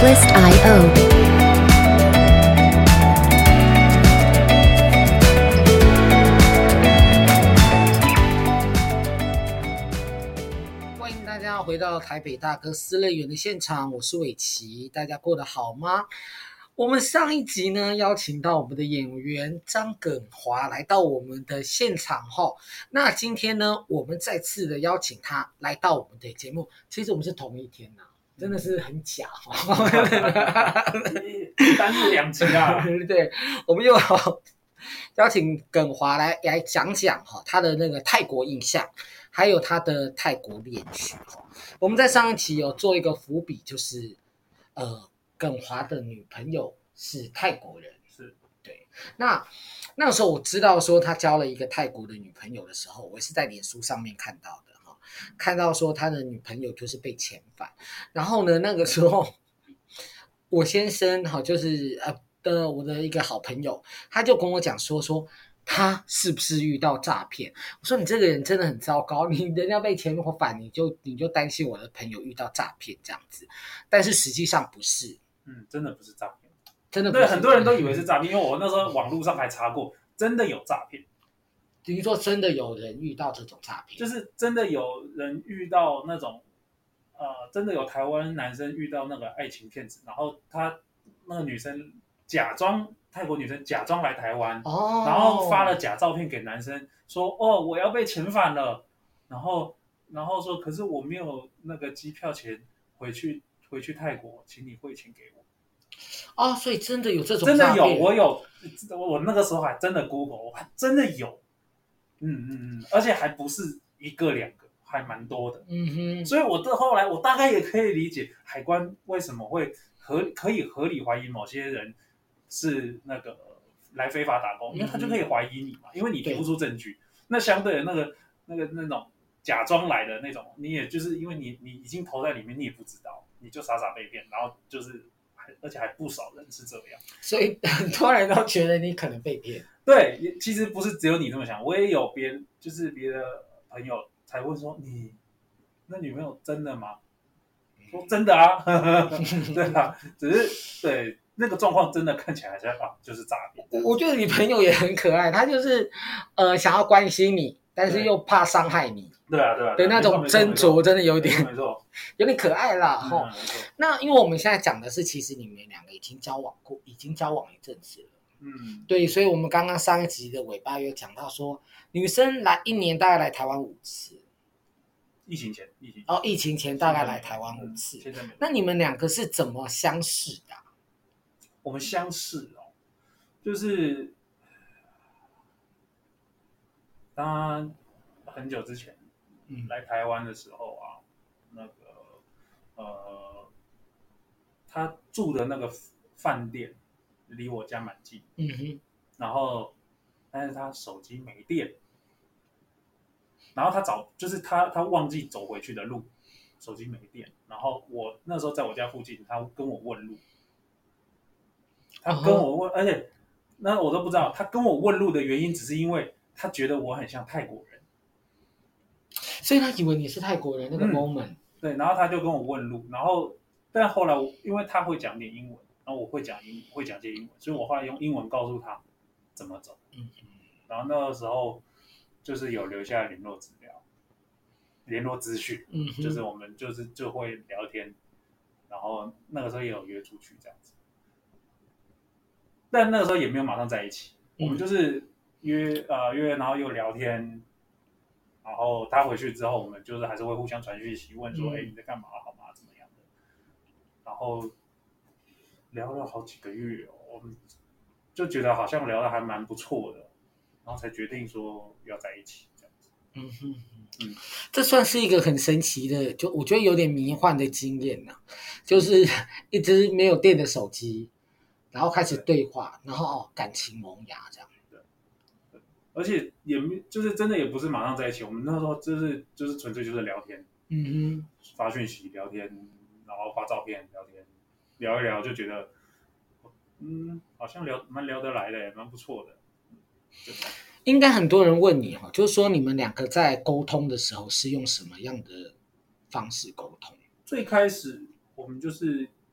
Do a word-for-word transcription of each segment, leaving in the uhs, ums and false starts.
Twist 点 I O。 欢迎大家回到台北大哥私乐园的现场，我是伟奇，大家过得好吗？我们上一集呢邀请到我们的演员张耿华来到我们的现场哈，那今天呢我们再次的邀请他来到我们的节目，其实我们是同一天呐、啊，真的是很假哈， 单日两集啊， 对，我们又邀请耿华来来讲讲哈他的那个泰国印象。还有他的泰国恋曲，我们在上一期有做一个伏笔，就是呃，耿华的女朋友是泰国人， 是对。那那个时候我知道说他交了一个泰国的女朋友的时候，我是在脸书上面看到的哈，看到说他的女朋友就是被遣返，然后呢，那个时候我先生哈，就是呃的我的一个好朋友，他就跟我讲说说。他是不是遇到诈骗？我说你这个人真的很糟糕，你人家被遣返，你就你就担心我的朋友遇到诈骗这样子，但是实际上不是， 嗯，真的不是诈骗， 真的不是。 对，很多人都以为是诈骗，因为我那时候网络上还查过，真的有诈骗。 等于说真的有人遇到这种诈骗， 就是真的有人遇到那种，呃，真的有台湾男生遇到那个爱情骗子，然后他那个女生假装。泰国女生假装来台湾， 哦， 然后发了假照片给男生，说哦我要被遣返了，然后然后说可是我没有那个机票钱回去回去泰国，请你汇钱给我。 哦，所以真的有这种真的有，我有，我那个时候还真的 Google， 我还真的有，嗯嗯嗯，而且还不是一个两个，还蛮多的， 嗯哼， 所以我的后来我大概也可以理解海关为什么会合可以合理怀疑某些人。是那个来非法打工，因为他就可以怀疑你嘛，因为你提不出证据。那相对的那个那个那种假装来的那种，你也就是因为你你已经投在里面，你也不知道，你就傻傻被骗，然后就是而且还不少人是这样， 所以很多人都觉得你可能被骗。 对，其实不是只有你这么想，我也有别就是别的朋友才问说你那女朋友真的吗？说真的啊，对啊，只是对。那个状况真的看起来像啊，就是诈骗。 我觉得你朋友也很可爱，他就是呃想要关心你，但是又怕伤害你。 对啊，对啊， 对那种斟酌真的有点没错， 有点可爱啦哈、 嗯。 那因为我们现在讲的是，其实你们两个已经交往过，已经交往一阵子了。 嗯， 对，所以我们刚刚上一集的尾巴有讲到说，女生来一年大概来台湾五次。 疫情前，疫情哦，疫情前大概来台湾五次。 现在没有。 那你们两个是怎么相识的、啊？ 我们相识哦，就是他很久之前、嗯、来台湾的时候啊，那个呃，他住的那个饭店离我家蛮近， 嗯哼， 然后但是他手机没电，然后他找就是他他忘记走回去的路，手机没电，然后我那时候在我家附近，他跟我问路。他跟我问， uh-huh. 而且那我都不知道，他跟我问路的原因，只是因为他觉得我很像泰国人， 所以他以为你是泰国人那个 moment、嗯。 对，然后他就跟我问路，然后但后来我因为他会讲点英文，然后我会讲英会讲些英文，所以我后来用英文告诉他怎么走。嗯，然后那个时候就是有留下联络资料、联络资讯，嗯，就是我们就是就会聊天，然后那个时候也有约出去这样子。但那个时候也没有马上在一起，嗯、我们就是约呃约，然后又聊天，然后他回去之后，我们就是还是会互相传讯息，问说，哎、嗯，你在干嘛？好吗？怎么样的？然后聊了好几个月、哦，我们就觉得好像聊得还蛮不错的，然后才决定说要在一起这样子。 嗯哼嗯，这算是一个很神奇的，就我觉得有点迷幻的经验呐、啊，就是一直没有电的手机。然后开始对话，然后、哦、感情萌芽这样。 对，对，而且也就是真的也不是马上在一起，我们那时候就是就是纯粹就是聊天，嗯哼，发讯息聊天，然后发照片聊天，聊一聊就觉得，嗯，好像聊蛮聊得来的，蛮不错的。 应该很多人问你哈，就是说你们两个在沟通的时候是用什么样的方式沟通？ 最开始我们就是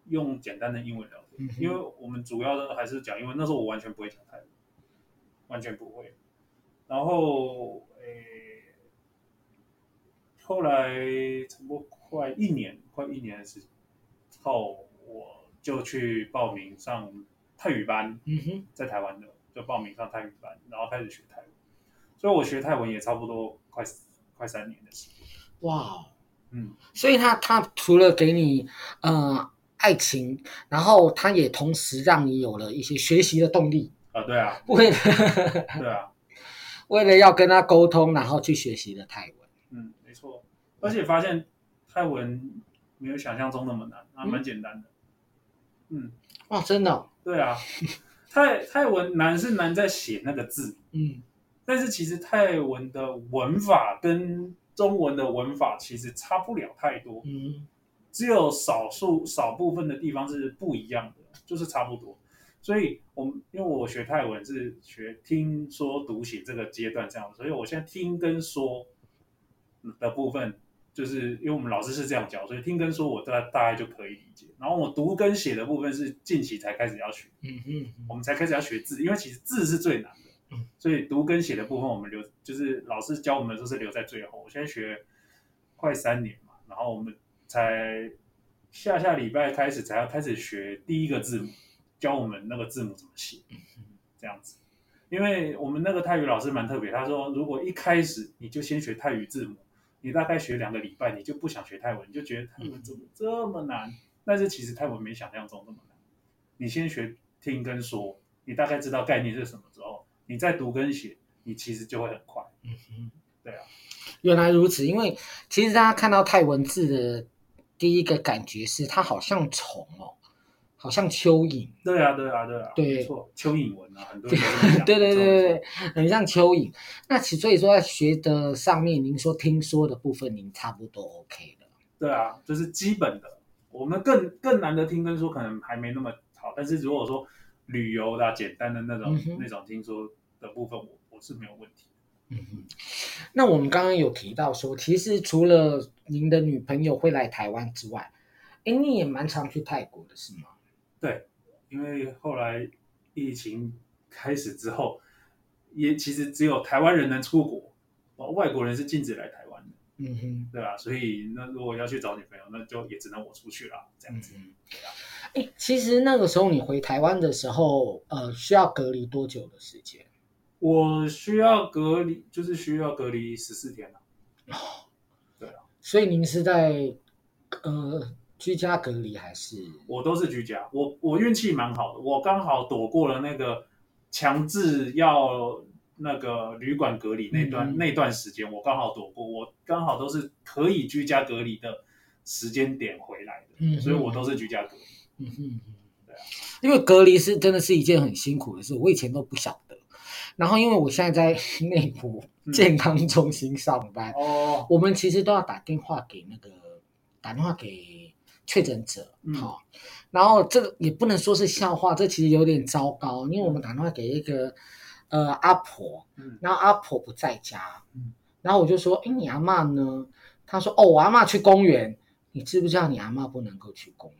用简单的英文聊天，嗯、因为我们主要的还是讲英文。那时候我完全不会讲泰文，完全不会。然后诶，后来差不多快一年，快一年的时间后，我就去报名上泰语班， 嗯哼， 在台湾的就报名上泰语班，然后开始学泰文。所以我学泰文也差不多快快三年的时间。 哇， 嗯， 所以他他除了给你呃爱情，然后他也同时让你有了一些学习的动力啊，对啊， 为了对啊， 为了要跟他沟通，然后去学习的泰文。 嗯，没错，而且发现泰文没有想象中那么难，还蛮简单的。嗯， 哇，真的、哦？ 对啊，泰泰文难是难在写那个字， 嗯， 但是其实泰文的文法跟中文的文法其实差不了太多， 嗯， 只有少数少部分的地方是不一样的，就是差不多。所以我们因为我学泰文是学听说读写这个阶段这样，所以我现在听跟说的部分，就是因为我们老师是这样教，所以听跟说我大大概就可以理解。然后我读跟写的部分是近期才开始要学， 嗯哼， 我们才开始要学字，因为其实字是最难的，所以读跟写的部分我们留，就是老师教我们的时候是留在最后。我现在学快三年嘛，然后我们才下下礼拜开始才要开始学第一个字母，教我们那个字母怎么写，这样子。因为我们那个泰语老师蛮特别，他说如果一开始你就先学泰语字母，你大概学两个礼拜，你就不想学泰文，你就觉得泰文怎么这么难？但是其实泰文没想象中这么难。你先学听跟说，你大概知道概念是什么之后，你再读跟写，你其实就会很快。嗯哼，对啊， 原来如此。因为其实大家看到泰文字的第一个感觉是它好像虫哦，好像蚯蚓。 对啊，对啊，对啊， 对， 没错，蚯蚓文啊，很多人都这么讲。 对对对对对，很像蚯蚓。那其所以说在学的上面，您说听说的部分，您差不多 OK 的。 对啊，就是基本的。我们更更难的听跟说可能还没那么好，但是如果说旅游的、啊、简单的那种、嗯、那种听说的部分，我我是没有问题。 嗯哼，那我们刚刚有提到说，其实除了您的女朋友会来台湾之外，哎，你也蛮常去泰国的是吗？ 对，因为后来疫情开始之后，也其实只有台湾人能出国，外国人是禁止来台湾的。 嗯哼， 对啊，所以那如果要去找女朋友，那就也只能我出去啦，这样子。嗯、对啊。 哎，其实那个时候你回台湾的时候，呃，需要隔离多久的时间？ 我需要隔离，就是需要隔离十四天啊。哦，对啊。 所以您是在呃居家隔离还是？ 我都是居家，我我运气蛮好的，我刚好躲过了那个强制要那个旅馆隔离那段、嗯、那段时间，我刚好躲过，我刚好都是可以居家隔离的时间点回来的，嗯、所以我都是居家隔离。嗯哼， 对啊，因为隔离是真的是一件很辛苦的事，我以前都不晓得。然后因为我现在在内湖健康中心上班，嗯、哦，我们其实都要打电话给那个打电话给确诊者，好、嗯，然后这个也不能说是笑话，这其实有点糟糕，因为我们打电话给一个呃阿婆，嗯，然后阿婆不在家，嗯，然后我就说，哎，你阿嬷呢？她说，哦，我阿嬷去公园，你知不知道你阿嬷不能够去公园？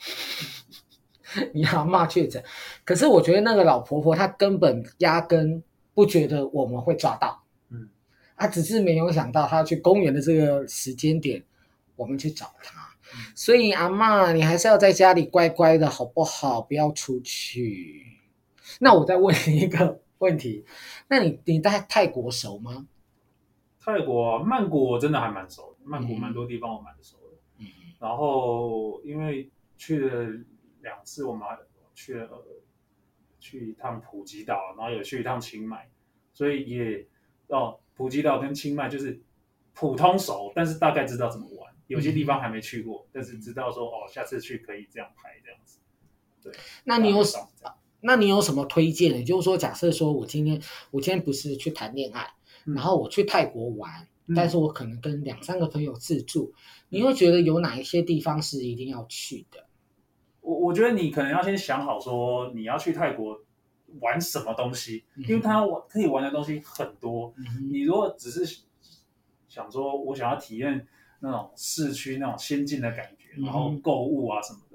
你阿嬷确诊，可是我觉得那个老婆婆她根本压根不觉得我们会抓到，嗯，她只是没有想到她要去公园的这个时间点，我们去找她，嗯、所以阿嬷你还是要在家里乖乖的好不好？不要出去。那我再问你一个问题，那你你在泰国熟吗？ 泰国曼谷我真的还蛮熟的，曼谷蛮多地方我蛮熟的，嗯，然后因为去了两次，我们去了去一趟普吉岛，然后有去一趟清迈，所以也哦普吉岛跟清迈就是普通熟，但是大概知道怎么玩。有些地方还没去过，嗯、但是知道说哦下次去可以这样拍这样子。对， 那你有什那你有什么推荐？也就是说，假设说我今天我今天不是去谈恋爱，嗯、然后我去泰国玩，嗯、但是我可能跟两三个朋友自助，你会觉得有哪一些地方是一定要去的？ 我我觉得你可能要先想好说你要去泰国玩什么东西，嗯、因为它可以玩的东西很多。嗯、你如果只是想说我想要体验那种市区那种先进的感觉，嗯、然后购物啊什么的，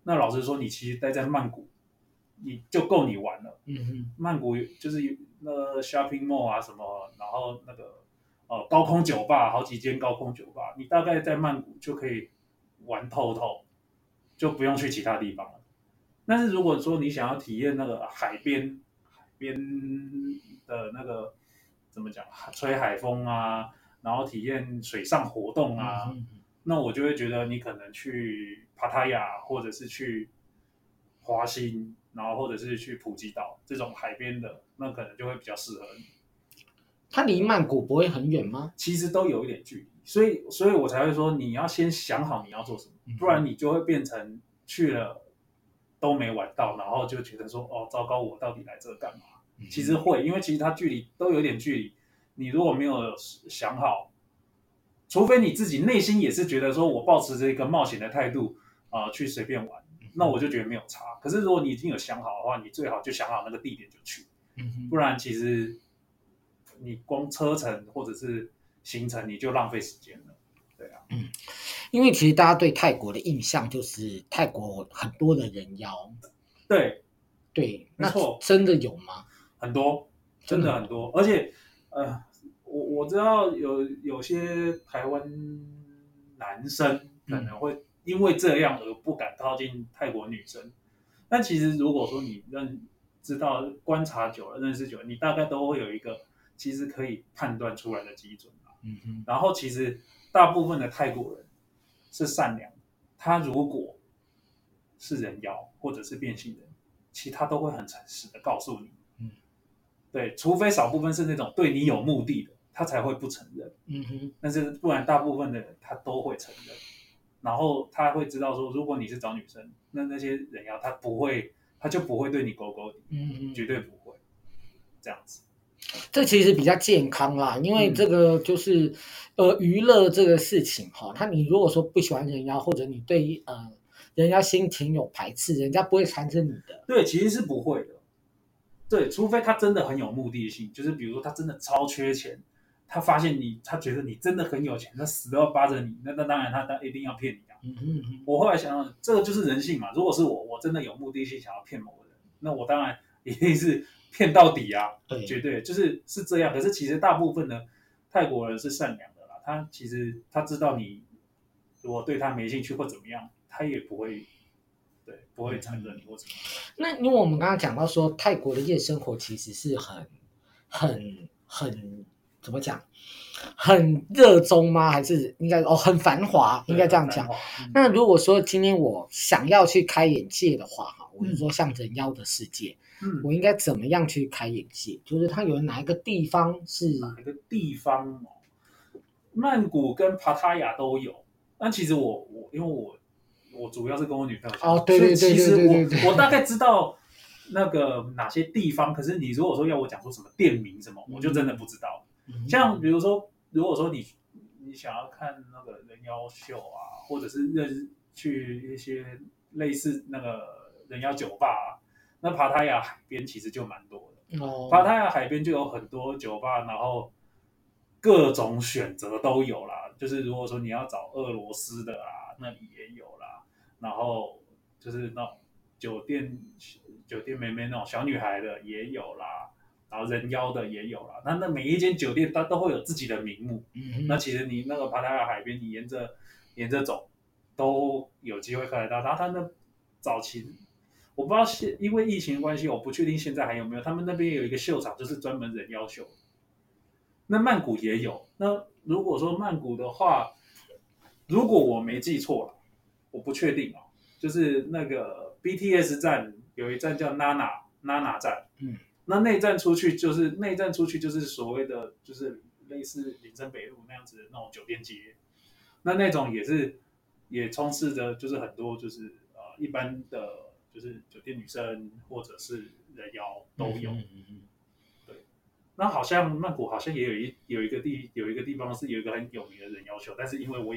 那老实说，你其实待在曼谷，你就够你玩了。 嗯哼， 曼谷就是那 shopping mall 啊什么，然后那个呃高空酒吧，好几间高空酒吧，你大概在曼谷就可以玩透透，就不用去其他地方了。但是如果说你想要体验那个海边，海边的那个怎么讲，吹海风啊，然后体验水上活动啊， 嗯那我就会觉得你可能去帕塔亚，或者是去华欣，然后或者是去普吉岛这种海边的，那可能就会比较适合你。 它离曼谷不会很远吗？ 其实都有一点距离，所以所以我才会说你要先想好你要做什么，不然你就会变成去了都没玩到，然后就觉得说哦糟糕，我到底来这干嘛？其实会，因为其实它距离都有点距离，你如果没有想好，除非你自己内心也是觉得说我抱持着一个冒险的态度啊、呃、去随便玩，那我就觉得没有差。可是如果你已经有想好的话，你最好就想好那个地点就去，不然其实你光车程或者是行程你就浪费时间了。对啊， 嗯，因为其实大家对泰国的印象就是泰国很多的人妖， 对， 对，那没错， 真的有吗？ 很多，真的很多，而且呃，我我知道有有些台湾男生可能会因为这样而不敢靠近泰国女生，但其实如果说你认知道观察久了，认识久了，你大概都会有一个其实可以判断出来的基准啦。 嗯哼， 然后其实大部分的泰国人是善良的，他如果是人妖或者是变性人，其他都会很诚实的告诉你。 嗯， 对，除非少部分是那种对你有目的的，他才会不承认。 嗯哼， 但是不然，大部分的人他都会承认。然后他会知道说，如果你是找女生，那那些人妖他不会，他就不会对你勾勾的， 嗯哼， 绝对不会这样子。 这其实比较健康啦，因为这个就是、嗯、呃娱乐这个事情哈，他你如果说不喜欢人妖，或者你对呃人家心情有排斥，人家不会缠着你的。 对，其实是不会的。对，除非他真的很有目的性，就是比如说他真的超缺钱，他发现你，他觉得你真的很有钱，他死都要扒着你，那那当然他一定要骗你啊。 嗯哼哼， 我后来想想，这个就是人性嘛。如果是我，我真的有目的性想要骗某个人，那我当然一定是骗到底啊， 对， 绝对就是是这样。可是其实大部分的泰国人是善良的啦，他其实他知道你如果对他没兴趣或怎么样，他也不会对不会缠着你或怎么样。 那因为我们刚刚讲到说，泰国的夜生活其实是很、很、很怎么讲，很热衷吗？还是应该哦，很繁华，应该这样讲。 嗯、 那如果说今天我想要去开眼界的话，哈，我是说像人妖的世界，嗯，我应该怎么样去开眼界？就是它有哪一个地方是哪一个地方哦？曼谷跟帕塔亚都有，但其实我我因为我我主要是跟我女朋友哦，对对对对对对对， 我大概知道那个哪些地方，可是你如果说要我讲出什么店名什么，我就真的不知道。嗯、像比如说，如果说你你想要看那个人妖秀啊，或者是认去一些类似那个人妖酒吧、啊，那帕塔亚海边其实就蛮多的。哦，帕塔亚海边就有很多酒吧，然后各种选择都有啦。就是如果说你要找俄罗斯的啊，那里也有啦。然后就是那种酒店酒店妹妹那种小女孩的也有啦，然后人妖的也有啦。那那每一间酒店它都会有自己的名目。嗯、那其实你那个帕塔亚海边，你沿着沿着走都有机会看得到。然后它那早期我不知道现因为疫情的关系，我不确定现在还有没有。他们那边有一个秀场，就是专门人妖秀。那曼谷也有。那如果说曼谷的话，如果我没记错了，我不确定哦，就是那个 B T S 站有一站叫 Nana Nana 站，嗯，那内站出去就是内站出去就是所谓的就是类似林森北路那样子的那种酒店街，那那种也是也充斥着就是很多就是呃一般的就是酒店女生或者是人妖都有，嗯嗯嗯，对。那好像曼谷好像也有一有一个地有一个地方是有一个很有名的人妖秀，但是因为我也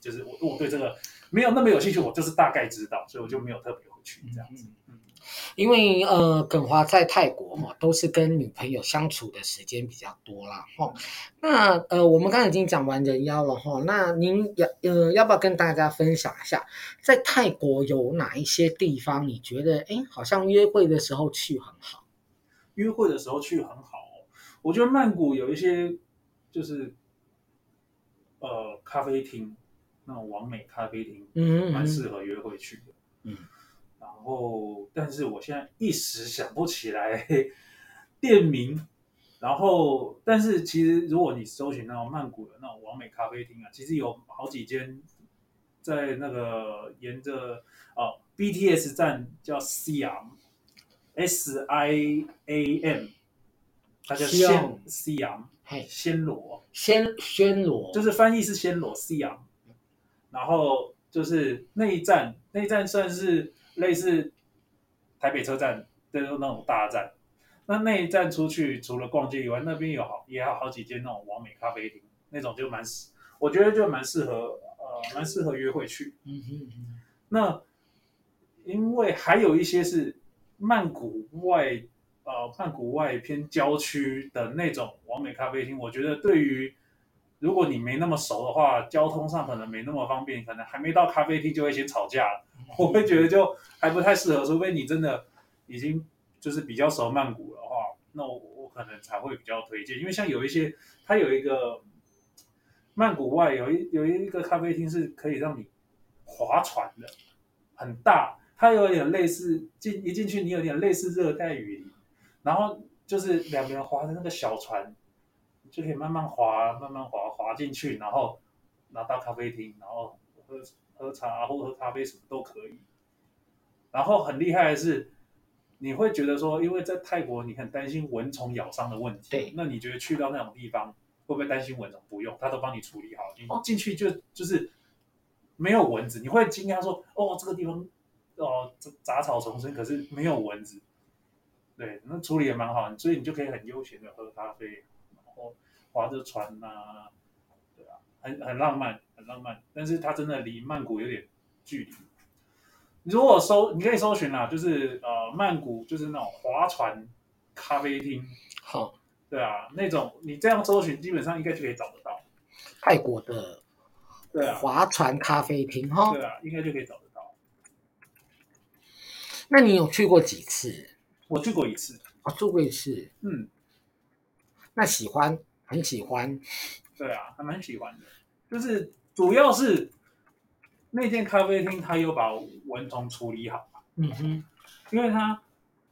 就是我我对这个没有那么有兴趣，我就是大概知道，所以我就没有特别回去这样子。嗯， 因为呃，耿华在泰国哈、哦，都是跟女朋友相处的时间比较多啦哈、哦。那呃，我们刚才已经讲完人妖了哈、哦，那您要呃要不要跟大家分享一下，在泰国有哪一些地方你觉得哎，好像约会的时候去很好？ 约会的时候去很好、哦，我觉得曼谷有一些就是呃咖啡厅，那种完美咖啡厅， 嗯蛮适合约会去的。 嗯， 然后，但是我现在一时想不起来店名。然后，但是其实如果你搜寻那种曼谷的那种完美咖啡厅啊，其实有好几间在那个沿着哦 B T S 站叫 Siam，S I A M， 它叫暹 Siam， 暹罗， 暹暹罗， 就是翻译是暹罗 Siam。然后就是那一站，那一站算是类似台北车站的那种大站。那那一站出去，除了逛街以外，那边有好也有好几间那种完美咖啡厅，那种就蛮，我觉得就蛮适合呃蛮适合约会去。 嗯哼嗯， 那因为还有一些是曼谷外呃曼谷外偏郊区的那种完美咖啡厅，我觉得对于如果你没那么熟的话，交通上可能没那么方便，可能还没到咖啡厅就会先吵架了。我会觉得就还不太适合，除非你真的已经就是比较熟曼谷的话，那我我可能才会比较推荐。因为像有一些，它有一个曼谷外有一有一个咖啡厅是可以让你划船的，很大，它有点类似进一进去你有点类似热带雨林，然后就是两个人划着那个小船。就可以慢慢滑，慢慢滑滑进去，然后拿到咖啡厅，然后喝喝茶或喝咖啡什么都可以。然后很厉害的是，你会觉得说，因为在泰国你很担心蚊虫咬伤的问题， 对， 那你觉得去到那种地方会不会担心蚊虫？不用，他都帮你处理好，你进去就就是没有蚊子，你会惊讶说，哦，这个地方哦杂草丛生，可是没有蚊子。对，那处理也蛮好，所以你就可以很悠闲的喝咖啡。划着船呐、啊，对啊，很很浪漫，很浪漫。但是它真的离曼谷有点距离。如果搜，你可以搜寻啦，就是呃曼谷，就是那种划船咖啡厅。 好， 对啊，那种你这样搜寻，基本上应该就可以找得到。 泰国的对啊， 划船咖啡厅哈。 对啊，应该就可以找得到。 那你有去过几次？ 我去过一次。 哦，住过一次。 嗯， 那喜欢，很喜欢。 对啊，还蛮喜欢的。就是主要是那间咖啡厅，它有把蚊虫处理好。 嗯哼， 因为它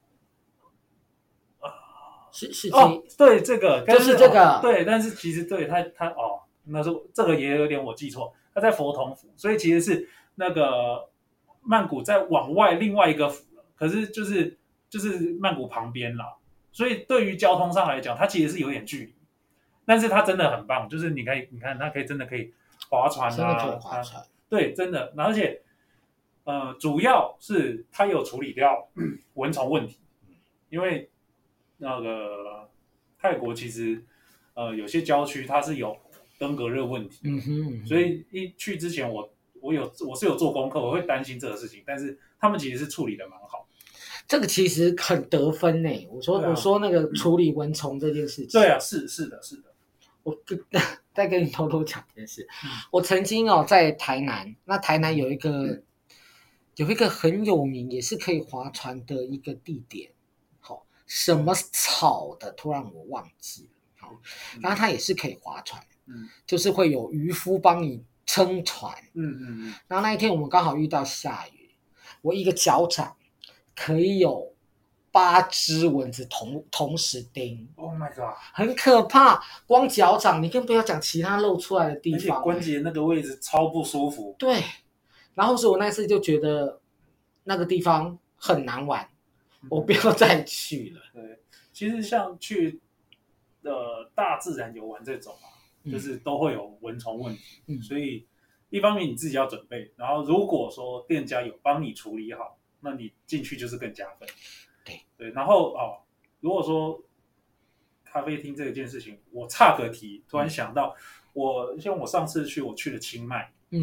是是哦，对，这个就是这个、 哦，对，但是其实对它它哦，那是这个也有点我记错，它在佛统府，所以其实是那个曼谷在往外另外一个府了，可是就是就是曼谷旁边啦，所以对于交通上来讲，它其实是有点距离，但是它真的很棒，就是你可以你看它可以真的可以划船啊， 真的可以划船， 对，真的，而且呃，主要是它有处理掉蚊虫问题，因为那个泰国其实呃有些郊区它是有登革热问题， 嗯哼，嗯哼， 所以一去之前我我有我是有做功课，我会担心这个事情，但是他们其实是处理的蛮好。 这个其实很得分呢。我说、啊、我说那个处理蚊虫这件事情， 对啊，是是的是的。 我再跟你偷偷讲一件事，嗯、我曾经哦在台南，那台南有一个、嗯、有一个很有名，也是可以划船的一个地点。什么草的，突然我忘记了。好，然后它也是可以划船，嗯，就是会有渔夫帮你撑船， 嗯嗯嗯。 然后那一天我们刚好遇到下雨，我一个脚掌可以有八只蚊子同同时叮 ，Oh my god， 很可怕。光脚掌，你更不要讲其他露出来的地方， 而且关节那个位置超不舒服。 对，然后所以我那次就觉得那个地方很难玩。我不要再去了。 对，其实像去呃大自然游玩这种啊，嗯、就是都会有蚊虫问题，嗯、所以一方面你自己要准备，然后如果说店家有帮你处理好，那你进去就是更加分。 对对，然后哦，如果说咖啡厅这件事情，我岔个题，突然想到，嗯、我像我上次去，我去了清迈，嗯，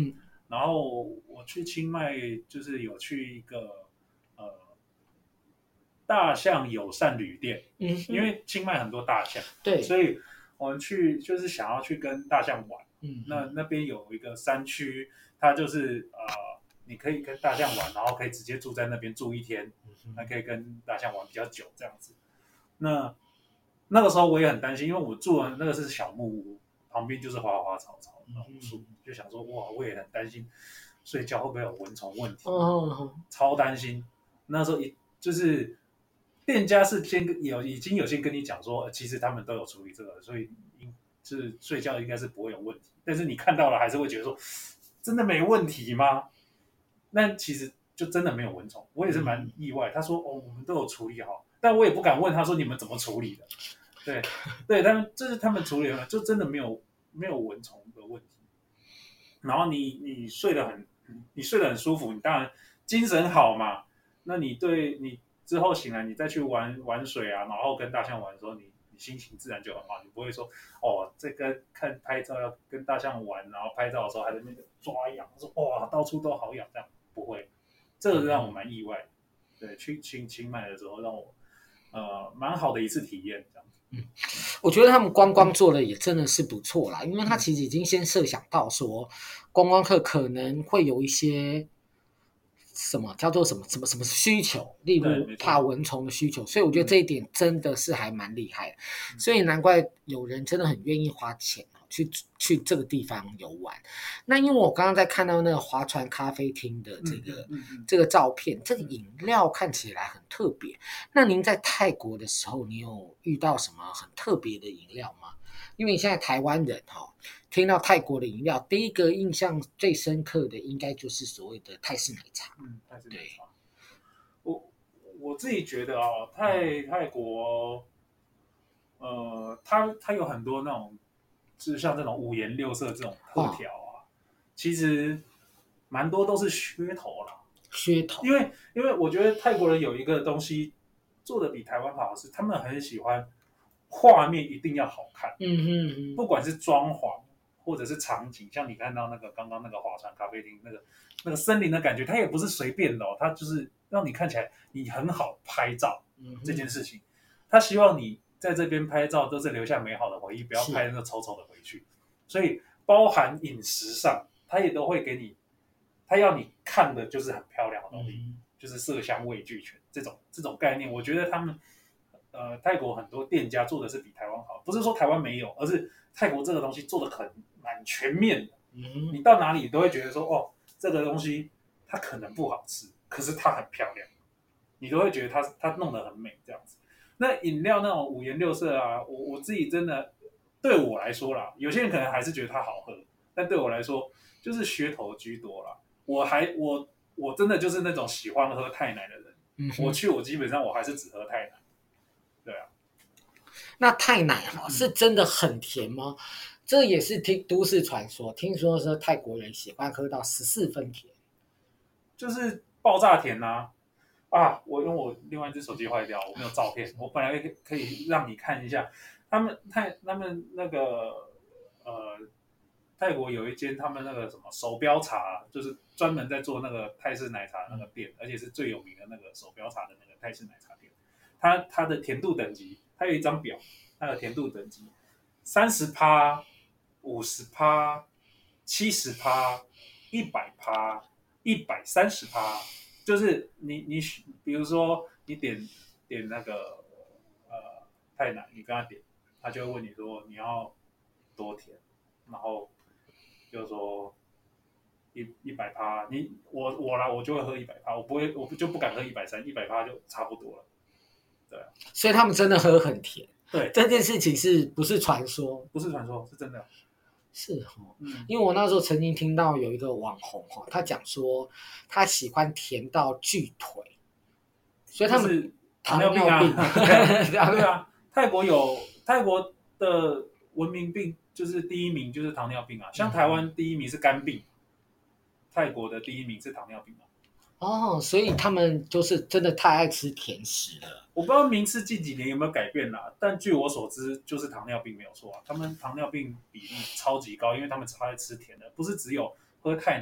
然后我去清迈就是有去一个呃大象友善旅店， 嗯， 因为清迈很多大象， 对， 所以我们去就是想要去跟大象玩。 嗯， 那那边有一个山区，它就是呃，你可以跟大象玩，然后可以直接住在那边住一天，那可以跟大象玩比较久这样子。那那个时候我也很担心，因为我住的那个是小木屋，旁边就是花花草草那种树，就想说哇，我也很担心睡觉会不会有蚊虫问题， 哦， 超担心。那时候一就是店家是先有已经有先跟你讲说，呃其实他们都有处理这个，所以是睡觉应该是不会有问题。但是你看到了还是会觉得说，真的没问题吗？那其实就真的没有蚊虫，我也是蛮意外。他说哦，我们都有处理好，但我也不敢问他说你们怎么处理的。对对，他们这是他们处理的，就真的没有没有蚊虫的问题。然后你你睡得很你睡得很舒服，你当然精神好嘛。那你对你之后醒来，你再去玩玩水啊，然后跟大象玩的时候，你你心情自然就很好，你不会说哦，这个看拍照要跟大象玩，然后拍照的时候还在那个抓痒，说哇到处都好痒，这样不会，这个让我蛮意外的。对，去清清迈的时候让我呃蛮好的一次体验，这样子。 嗯，我觉得他们观光做的也真的是不错啦，因为他其实已经先设想到说，观光客可能会有一些什么叫做什么什么什么需求，例如怕蚊虫的需求，所以我觉得这一点真的是还蛮厉害的， 嗯、 所以难怪有人真的很愿意花钱去去这个地方游玩。那因为我刚刚在看到那个划船咖啡厅的这个、 嗯嗯嗯、 这个照片，这个饮料看起来很特别。那您在泰国的时候，你有遇到什么很特别的饮料吗？因为你现在台湾人哈、哦，听到泰国的饮料，第一个印象最深刻的应该就是所谓的泰式奶茶。 嗯，泰式奶茶。我我自己觉得哦，泰泰国，呃，它它有很多那种，就是像这种五颜六色这种特调啊，哦、其实蛮多都是噱头啦。 噱头。 因为因为我觉得泰国人有一个东西做的比台湾好，是他们很喜欢画面一定要好看。 嗯哼哼， 不管是装潢或者是场景，像你看到那个刚刚那个划船咖啡厅那个那个森林的感觉，它也不是随便的哦，它就是让你看起来你很好拍照这件事情。他希望你在这边拍照都是留下美好的回忆，不要拍那个丑丑的回去。所以包含饮食上，他也都会给你，他要你看的就是很漂亮的东西，嗯、就是色香味俱全这种这种概念。我觉得他们呃泰国很多店家做的是比台湾好，不是说台湾没有，而是泰国这个东西做的很蛮全面的。嗯、你到哪里都会觉得说，哦，这个东西它可能不好吃，可是它很漂亮，你都会觉得它它弄得很美这样子。那饮料那种五颜六色啊，我我自己真的对我来说啦，有些人可能还是觉得它好喝，但对我来说就是噱头居多啦。我还我我真的就是那种喜欢喝泰奶的人，嗯、我去我基本上我还是只喝泰奶。对啊， 那泰奶哈是真的很甜吗？嗯、这也是听都市传说，听说是泰国人喜欢喝到十四分甜， 就是爆炸甜啊！啊，我因为我另外一只手机坏掉，我没有照片，我本来可以让你看一下，他们泰他们那个呃泰国有一间他们那个什么手标茶，就是专门在做那个泰式奶茶的那个店，而且是最有名的那个手标茶的那个泰式奶茶店，它它的甜度等级，它有一张表，它的甜度等级三十趴、五十趴、七十趴、一百趴、一百三十趴。就是你你比如说你点点那个呃泰奶，你跟他点，他就会问你说你要多甜，然后就说一一百趴，你我我啦，我就会喝一百趴，我不会我就不敢喝一百三，一百趴就差不多了，对啊， 所以他们真的喝很甜， 对， 这件事情是不是传说？ 不是传说，是真的。 是哦，嗯，因为我那时候曾经听到有一个网红哈，他讲说他喜欢甜到锯腿，所以他们糖尿病啊，对啊，泰国有泰国的文明病就是第一名就是糖尿病啊，像台湾第一名是肝病，嗯、泰国的第一名是糖尿病啊。 哦，所以他们就是真的太爱吃甜食了。 我不知道名次近几年有没有改变啦，但据我所知，就是糖尿病没有错啊。他们糖尿病比例超级高，因为他们超爱吃甜的，不是只有喝泰奶，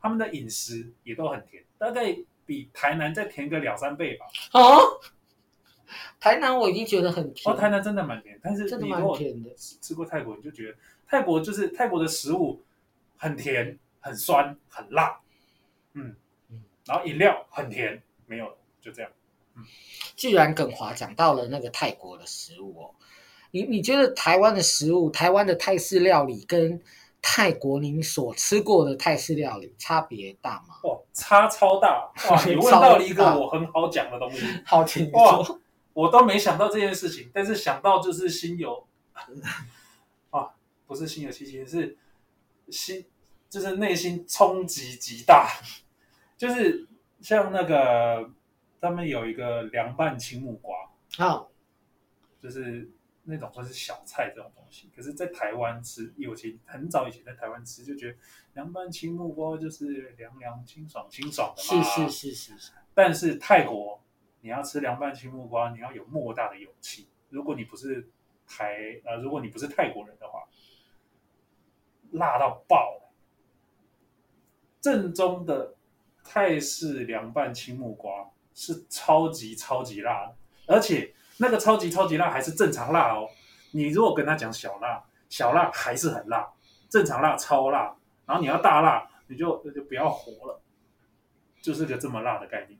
他们的饮食也都很甜，大概比台南再甜个两三倍吧。 哦，台南我已经觉得很甜， 哦，台南真的蛮甜，但是真的你如果蛮甜的。 吃过泰国，你就觉得泰国就是泰国的食物很甜、很酸、很辣，嗯，然后饮料很甜，没有了，就这样。嗯， 既然耿华讲到了那个泰国的食物哦，你你觉得台湾的食物，台湾的泰式料理跟泰国您所吃过的泰式料理差别大吗？ 哇，差超大！哇，你问到了一个我很好讲的东西。 好，请哇， 说。 我都没想到这件事情，但是想到就是心有啊，不是心有戚戚，是心就是内心冲击极大。就是像那个他们有一个凉拌青木瓜， 好， 就是那种算是小菜这种东西，可是，在台湾吃，以前很早以前在台湾吃，就觉得凉拌青木瓜就是凉凉清爽清爽的嘛。 是是是是是。 但是泰国，你要吃凉拌青木瓜，你要有莫大的勇气。如果你不是台呃，如果你不是泰国人的话，辣到爆了。正宗的泰式凉拌青木瓜是超级超级辣的，而且那个超级超级辣还是正常辣哦。你如果跟他讲小辣，小辣还是很辣，正常辣超辣，然后你要大辣，你就就不要活了，就是个这么辣的概念。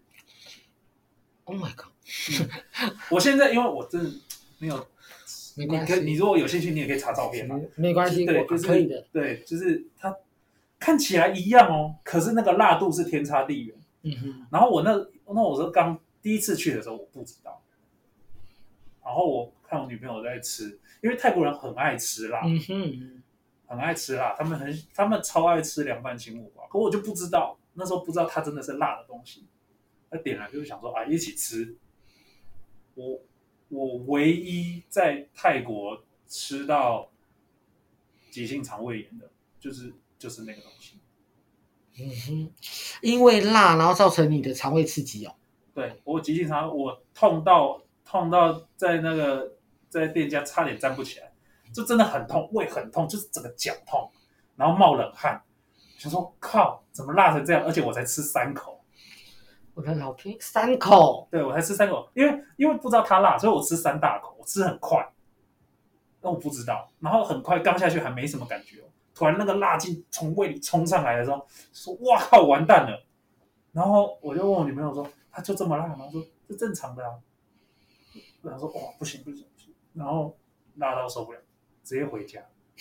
Oh my god！ 嗯、我现在因为我真的没有， 没关系， 你如果有兴趣，你也可以查照片嘛。 没关系， 对，就是可以的。 对，就是它看起来一样哦，可是那个辣度是天差地远。 嗯哼。 然后我那那我说刚第一次去的时候我不知道，然后我看我女朋友在吃，因为泰国人很爱吃辣， 嗯哼， 很爱吃辣，他们很他们超爱吃凉拌青木瓜，可我就不知道，那时候不知道它真的是辣的东西。那点来就是想说啊，一起吃。我我唯一在泰国吃到急性肠胃炎的，就是就是那个东西。 嗯哼，因为辣，然后造成你的肠胃刺激哦。 对，我急性肠，我痛到痛到在那个在店家差点站不起来，就真的很痛，胃很痛，就是整个脚痛，然后冒冷汗，想说靠，怎么辣成这样？而且我才吃三口。 我的老天，三口？ 对，我才吃三口，因为因为不知道它辣，所以我吃三大口，我吃很快。那我不知道，然后很快刚下去还没什么感觉，突然那个辣劲从胃里冲上来的时候，说哇靠，完蛋了。然后我就问我女朋友说，它就这么辣吗？她说这正常的啊。然后说哇不行不行不行，然后辣到受不了，直接回家。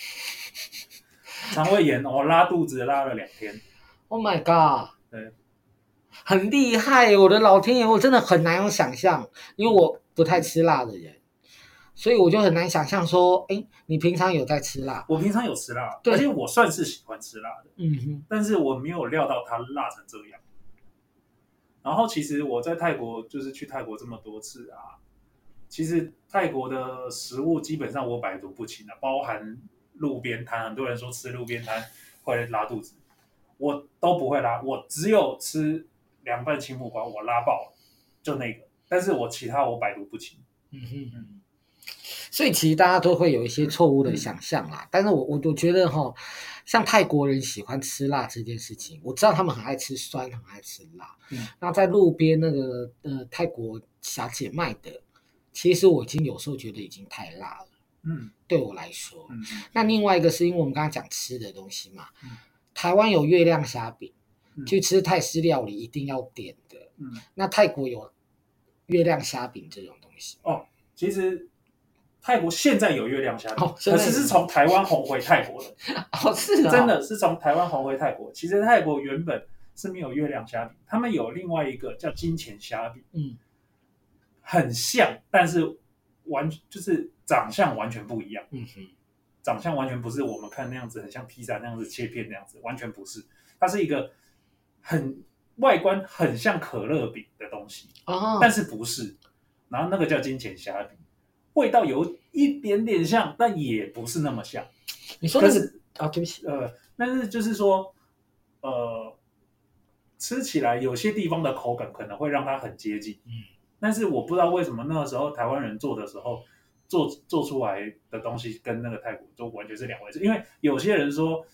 肠胃炎，我、哦、拉肚子拉了两天。 Oh my god！ 对， 很厉害耶！我的老天爷，我真的很难有想象，因为我不太吃辣的人，所以我就很难想象说，哎，你平常有在吃辣？ 我平常有吃辣， 对， 而且我算是喜欢吃辣的， 嗯哼， 但是我没有料到它辣成这样。然后其实我在泰国就是去泰国这么多次啊，其实泰国的食物基本上我百毒不侵啊，包含路边摊，很多人说吃路边摊会拉肚子，我都不会拉，我只有吃凉拌青木瓜我拉爆了，就那个，但是我其他我百毒不侵。 嗯哼嗯。所以其实大家都会有一些错误的想象啦，嗯、但是我我我觉得哈，像泰国人喜欢吃辣这件事情，我知道他们很爱吃酸，很爱吃辣。嗯，那在路边那个呃泰国小姐卖的，其实我已经有时候觉得已经太辣了。嗯，对我来说。嗯，那另外一个是因为我们刚刚讲吃的东西嘛，嗯、台湾有月亮虾饼，嗯、去吃泰式料理一定要点的。嗯，那泰国有月亮虾饼这种东西哦，其实。泰国现在有月亮虾饼， 哦、 可是是从台湾红回泰国的。 哦，是、哦、 真的是从台湾红回泰国。其实泰国原本是没有月亮虾饼，他们有另外一个叫金钱虾饼，嗯，很像，但是完就是长相完全不一样。嗯哼，长相完全不是我们看那样子，很像披萨那样子切片那样子，完全不是。它是一个很外观很像可乐饼的东西，哦、但是不是。然后那个叫金钱虾饼。味道有一点点像，但也不是那么像。 你说的是啊，对不起， 呃，但是就是说，呃，吃起来有些地方的口感可能会让它很接近，嗯，但是我不知道为什么那个时候台湾人做的时候，做做出来的东西跟那个泰国就完全是两回事。因为有些人说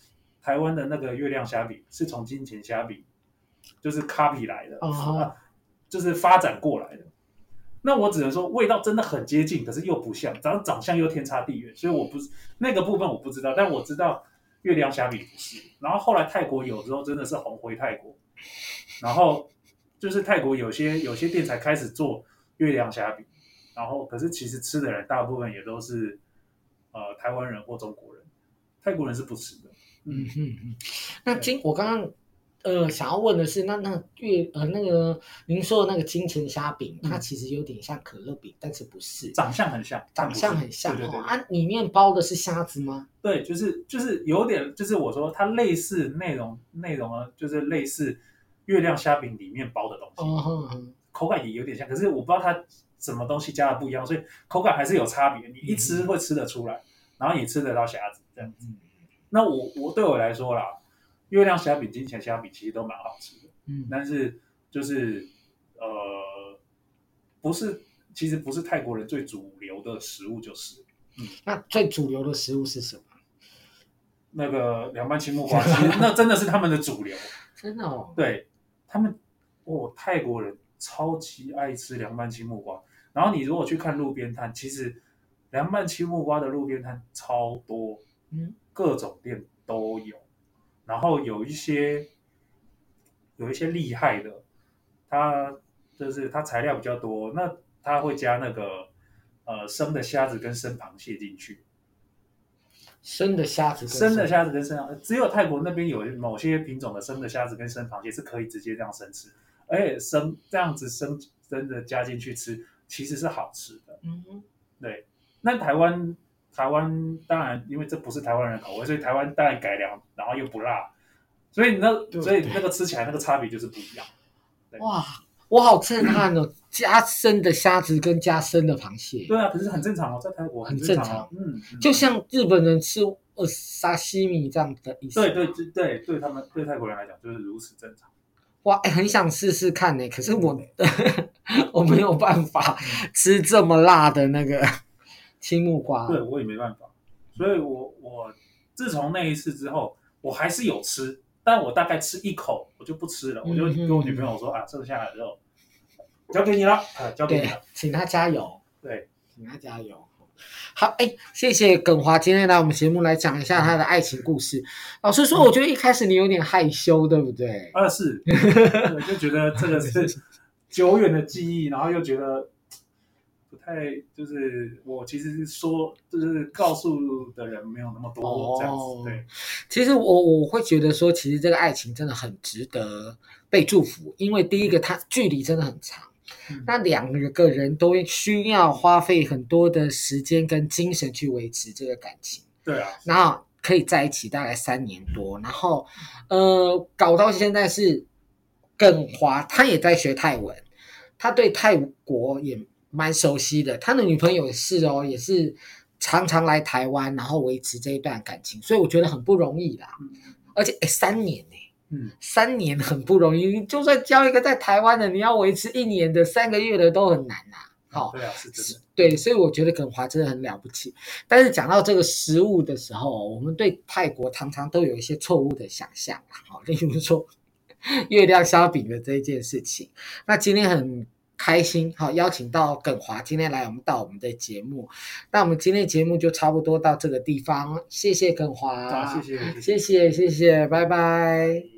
台湾的那个月亮虾饼是从金钱虾饼就是 copy 来的， uh-huh. 啊，就是发展过来的。那我只能说味道真的很接近，可是又不像，长长相又天差地远，所以我不那个部分我不知道，但我知道月亮虾饼不是。然后后来泰国有时候真的是红回泰国，然后就是泰国有些有些店才开始做月亮虾饼，然后可是其实吃的人大部分也都是呃台湾人或中国人，泰国人是不吃的。 嗯哼哼，那金我刚刚呃想要问的是，那那月呃那个您说的那个金钱虾饼，它其实有点像可乐饼，但是不是， 长相很像， 长相很像， 对对对， 哦，啊，里面包的是虾子吗？ 对，就是就是有点，就是我说它类似内容内容呢，就是类似月亮虾饼里面包的东西， 哦哼哼， 口感也有点像，可是我不知道它什么东西加的不一样，所以口感还是有差别，你一吃会吃得出来，然后也吃得到虾子这样子。 嗯， 那我我对我来说啦，月亮虾饼、金钱虾饼其实都蛮好吃的， 嗯， 但是就是呃，不是，其实不是泰国人最主流的食物，就是， 嗯，那最主流的食物是什么？ 那个凉拌青木瓜，其实那真的是他们的主流， 真的哦， 对他们，哦，泰国人超级爱吃凉拌青木瓜，然后你如果去看路边摊，其实凉拌青木瓜的路边摊超多， 嗯， 各种店都有，然后有一些有一些厉害的，它就是它材料比较多，那它会加那个呃生的虾子跟生螃蟹进去。 生的虾子跟生的虾子跟生螃蟹，只有泰国那边有某些品种的生的虾子跟生螃蟹是可以直接这样生吃，而且生这样子生真的加进去吃，其实是好吃的。 嗯， 对。那台湾台湾当然因为这不是台湾人的口味，所以台湾当然改良，然后又不辣，所以那所以那个吃起来那个差别就是不一样。 哇，我好震撼哦！加生的虾子跟加生的螃蟹， 对啊，可是很正常哦，在泰国很正常、哦，常嗯，嗯就像日本人吃呃沙西米这样的意思。 对对对对，对他们对泰国人来讲就是如此正常。 哇，欸、很想试试看呢，可是我我没有办法吃这么辣的那个青木瓜。 对，我也没办法，所以我我自从那一次之后，我还是有吃，但我大概吃一口我就不吃了，我就跟我女朋友说、嗯、啊，剩下的肉交给你了，啊，交给你了， 请他加油， 对， 请他加油。好，哎，谢谢耿华今天来我们节目来讲一下他的爱情故事。老实说，我觉得一开始你有点害羞，对不对？ 啊，是，就觉得这个是久远的记忆，然后又觉得不太，就是我其实说，就是告诉的人没有那么多、哦、这样子。对， 其实我我会觉得说，其实这个爱情真的很值得被祝福，因为第一个，它距离真的很长。嗯、那两个人都需要花费很多的时间跟精神去维持这个感情， 对啊， 然后可以在一起大概三年多，然后呃搞到现在是耿华，他也在学泰文，他对泰国也蛮熟悉的，他的女朋友也是哦，也是常常来台湾，然后维持这一段感情，所以我觉得很不容易啦，嗯、而且哎三年呢。嗯，三年很不容易，你就算交一个在台湾的，你要维持一年的、三个月的都很难呐、啊。好、 哦，对啊，是真的。 对，所以我觉得耿华真的很了不起。但是讲到这个食物的时候，我们对泰国常常都有一些错误的想象啊，好，例如说月亮虾饼的这一件事情。那今天很开心，好，邀请到耿华今天来我们到我们的节目。那我们今天的节目就差不多到这个地方，谢谢耿华， 啊，谢谢， 谢谢，谢谢，拜拜。